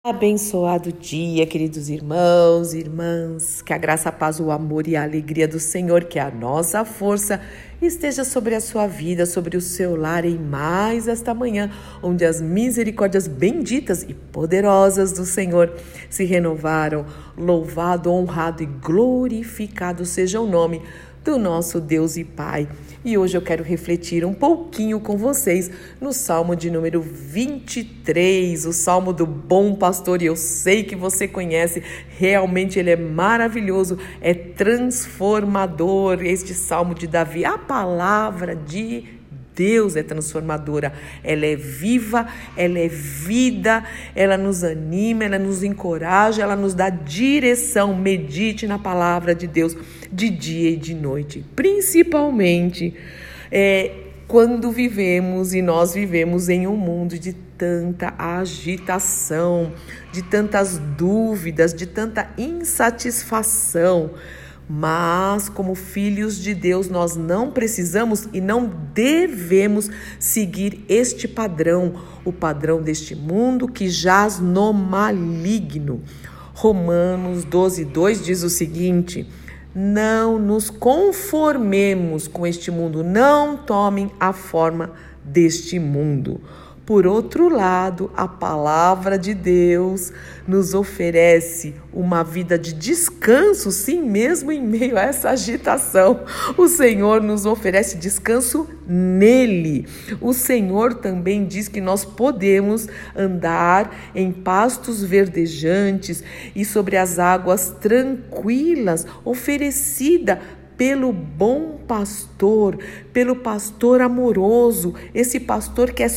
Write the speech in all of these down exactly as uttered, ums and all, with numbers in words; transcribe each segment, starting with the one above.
Abençoado dia, queridos irmãos e irmãs, que a graça, a paz, o amor e a alegria do Senhor, que a nossa força esteja sobre a sua vida, sobre o seu lar em mais esta manhã, onde as misericórdias benditas e poderosas do Senhor se renovaram. Louvado, honrado e glorificado seja o nome do nosso Deus e Pai. E hoje eu quero refletir um pouquinho com vocês no Salmo de número vinte e três, o Salmo do Bom Pastor, e eu sei que você conhece, realmente ele é maravilhoso, é transformador, este Salmo de Davi, a palavra de Deus é transformadora, ela é viva, ela é vida, ela nos anima, ela nos encoraja, ela nos dá direção. Medite na palavra de Deus de dia e de noite, principalmente é, quando vivemos e nós vivemos em um mundo de tanta agitação, de tantas dúvidas, de tanta insatisfação. Mas, como filhos de Deus, nós não precisamos e não devemos seguir este padrão, o padrão deste mundo que jaz no maligno. Romanos doze, dois diz o seguinte: não nos conformemos com este mundo, não tomem a forma deste mundo. Por outro lado, a palavra de Deus nos oferece uma vida de descanso, sim, mesmo em meio a essa agitação. O Senhor nos oferece descanso nele. O Senhor também diz que nós podemos andar em pastos verdejantes e sobre as águas tranquilas, oferecida pelo bom pastor, pelo pastor amoroso, esse pastor que é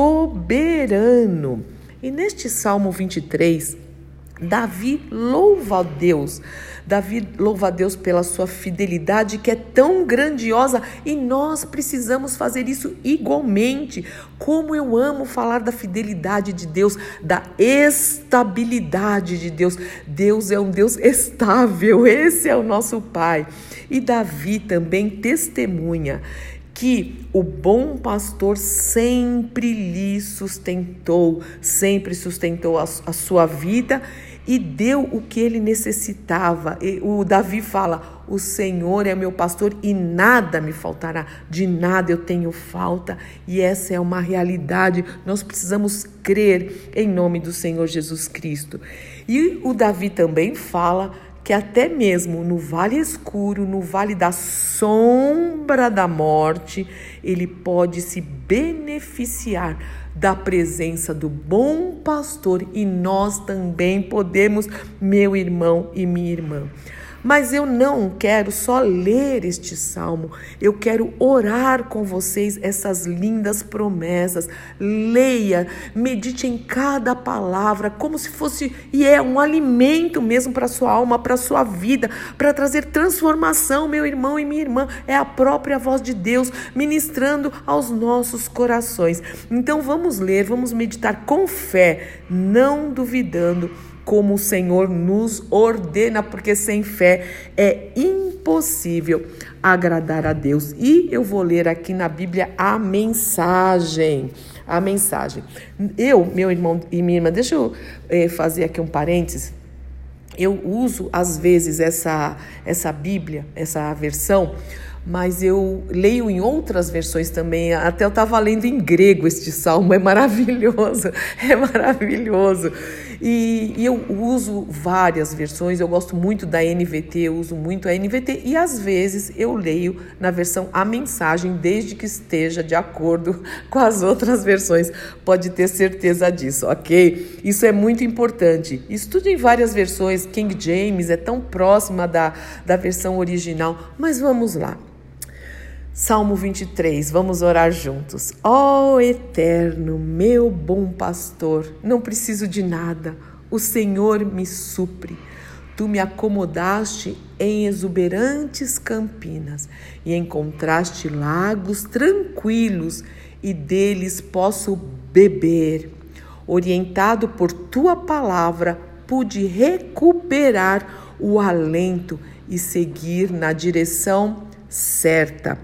soberano. E neste Salmo vinte e três, Davi louva a Deus. Davi louva a Deus pela sua fidelidade que é tão grandiosa e nós precisamos fazer isso igualmente. Como eu amo falar da fidelidade de Deus, da estabilidade de Deus. Deus é um Deus estável, esse é o nosso Pai. E Davi também testemunha que o bom pastor sempre lhe sustentou, sempre sustentou a, a sua vida e deu o que ele necessitava. E o Davi fala: o Senhor é meu pastor e nada me faltará, de nada eu tenho falta. E essa é uma realidade, nós precisamos crer em nome do Senhor Jesus Cristo. E o Davi também fala que até mesmo no vale escuro, no vale da sombra da morte, ele pode se beneficiar da presença do bom pastor, e nós também podemos, meu irmão e minha irmã. Mas eu não quero só ler este salmo, eu quero orar com vocês essas lindas promessas. Leia, medite em cada palavra, como se fosse, e é um alimento mesmo para a sua alma, para a sua vida, para trazer transformação, meu irmão e minha irmã. É a própria voz de Deus ministrando aos nossos corações. Então vamos ler, vamos meditar com fé, não duvidando, como o Senhor nos ordena, porque sem fé é impossível agradar a Deus. E eu vou ler aqui na Bíblia a mensagem, a mensagem. Eu, meu irmão e minha irmã, deixa eu eh, fazer aqui um parênteses. Eu uso às vezes essa, essa Bíblia, essa versão, mas eu leio em outras versões também. Até eu estava lendo em grego este salmo, é maravilhoso, é maravilhoso. E, e eu uso várias versões, eu gosto muito da N V T, eu uso muito a N V T, e às vezes eu leio na versão A Mensagem, desde que esteja de acordo com as outras versões, pode ter certeza disso, ok? Isso é muito importante. Estude em várias versões, King James é tão próxima da, da versão original, mas vamos lá. Salmo vinte e três, vamos orar juntos. Ó oh, eterno, meu bom pastor, não preciso de nada, o Senhor me supre. Tu me acomodaste em exuberantes campinas e encontraste lagos tranquilos e deles posso beber. Orientado por tua palavra, pude recuperar o alento e seguir na direção certa.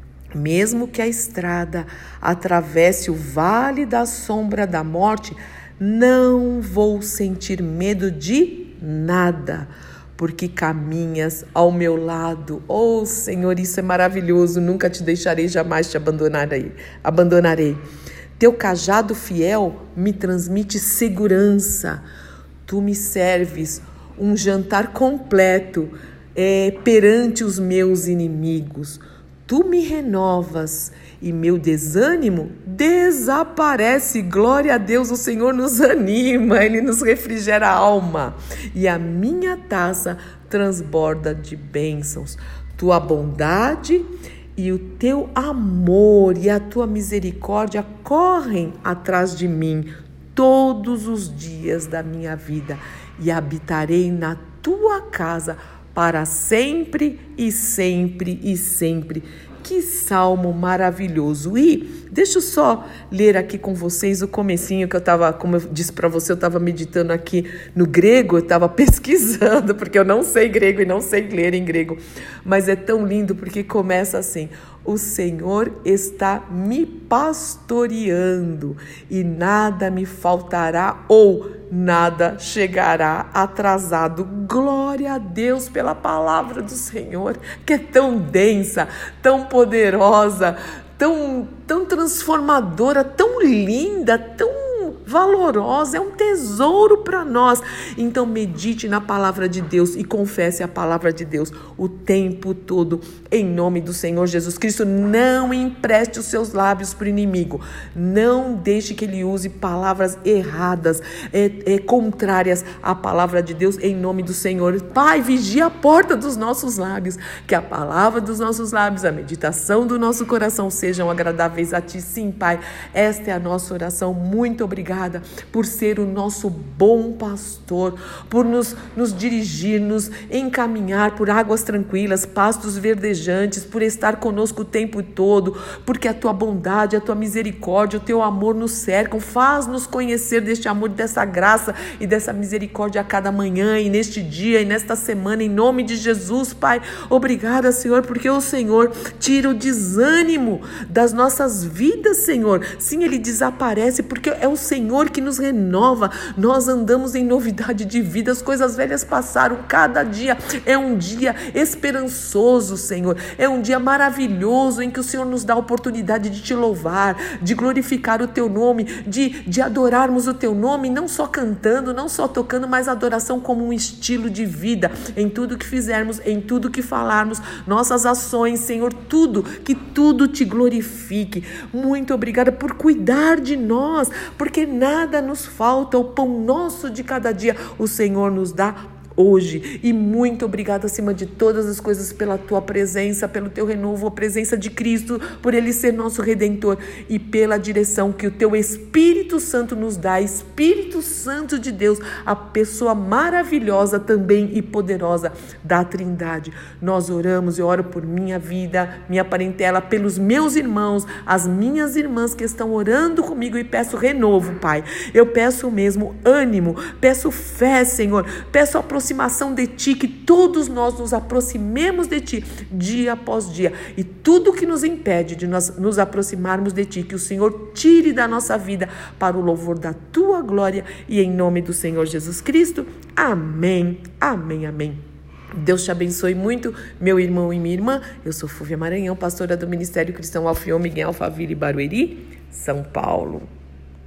Mesmo que a estrada atravesse o vale da sombra da morte, Não vou sentir medo de nada, porque caminhas ao meu lado. Oh, Senhor, isso é maravilhoso. Nunca te deixarei, jamais te abandonarei. Abandonarei. Teu cajado fiel me transmite segurança. Tu me serves um jantar completo é, perante os meus inimigos. Tu me renovas e meu desânimo desaparece. Glória a Deus, o Senhor nos anima, Ele nos refrigera a alma. E a minha taça transborda de bênçãos. Tua bondade e o teu amor e a tua misericórdia correm atrás de mim todos os dias da minha vida, e habitarei na tua casa para sempre e sempre e sempre. Que salmo maravilhoso! E deixa eu só ler aqui com vocês o comecinho que eu estava, como eu disse para você, eu estava meditando aqui no grego, eu estava pesquisando, porque eu não sei grego e não sei ler em grego, mas é tão lindo porque começa assim: o Senhor está me pastoreando e nada me faltará ou nada chegará atrasado. Glória a Deus pela palavra do Senhor, que é tão densa, tão poderosa, tão, tão transformadora, tão linda, tão valorosa, é um tesouro para nós. Então medite na palavra de Deus e confesse a palavra de Deus o tempo todo, em nome do Senhor Jesus Cristo. Não empreste os seus lábios para o inimigo, não deixe que ele use palavras erradas, é, é, contrárias à palavra de Deus, em nome do Senhor. Pai, vigia a porta dos nossos lábios, que a palavra dos nossos lábios, a meditação do nosso coração sejam agradáveis a Ti. Sim, Pai, esta é a nossa oração. Muito obrigada por ser o nosso bom pastor, por nos, nos dirigir, nos encaminhar por águas tranquilas, pastos verdejantes, por estar conosco o tempo todo, porque a Tua bondade, a Tua misericórdia, o Teu amor nos cercam. Faz-nos conhecer deste amor, dessa graça e dessa misericórdia a cada manhã e neste dia e nesta semana, em nome de Jesus, Pai. Obrigada, Senhor, porque o Senhor tira o desânimo das nossas vidas, Senhor. Sim, Ele desaparece, porque é o Senhor que nos renova. Nós andamos em novidade de vida, as coisas velhas passaram, cada dia é um dia esperançoso, Senhor, é um dia maravilhoso em que o Senhor nos dá a oportunidade de Te louvar, de glorificar o Teu nome, de, de adorarmos o Teu nome, não só cantando, não só tocando, mas adoração como um estilo de vida, em tudo que fizermos, em tudo que falarmos, nossas ações, Senhor, tudo, que tudo Te glorifique. Muito obrigada por cuidar de nós, porque nada nos falta, o pão nosso de cada dia o Senhor nos dá hoje. E muito obrigada, acima de todas as coisas, pela Tua presença, pelo Teu renovo, a presença de Cristo, por Ele ser nosso Redentor e pela direção que o Teu Espírito Santo nos dá. Espírito Santo de Deus, a pessoa maravilhosa também e poderosa da Trindade. Nós oramos, eu oro por minha vida, minha parentela, pelos meus irmãos, as minhas irmãs que estão orando comigo, e peço renovo, Pai. Eu peço mesmo ânimo, peço fé, Senhor, peço aproximação de Ti, que todos nós nos aproximemos de Ti dia após dia, e tudo que nos impede de nós nos aproximarmos de Ti, que o Senhor tire da nossa vida para o louvor da Tua glória, e em nome do Senhor Jesus Cristo, amém, amém, amém. Deus te abençoe muito, meu irmão e minha irmã. Eu sou Fúvia Maranhão, pastora do Ministério Cristão Alfa e Ômega em Alphaville, Barueri, São Paulo.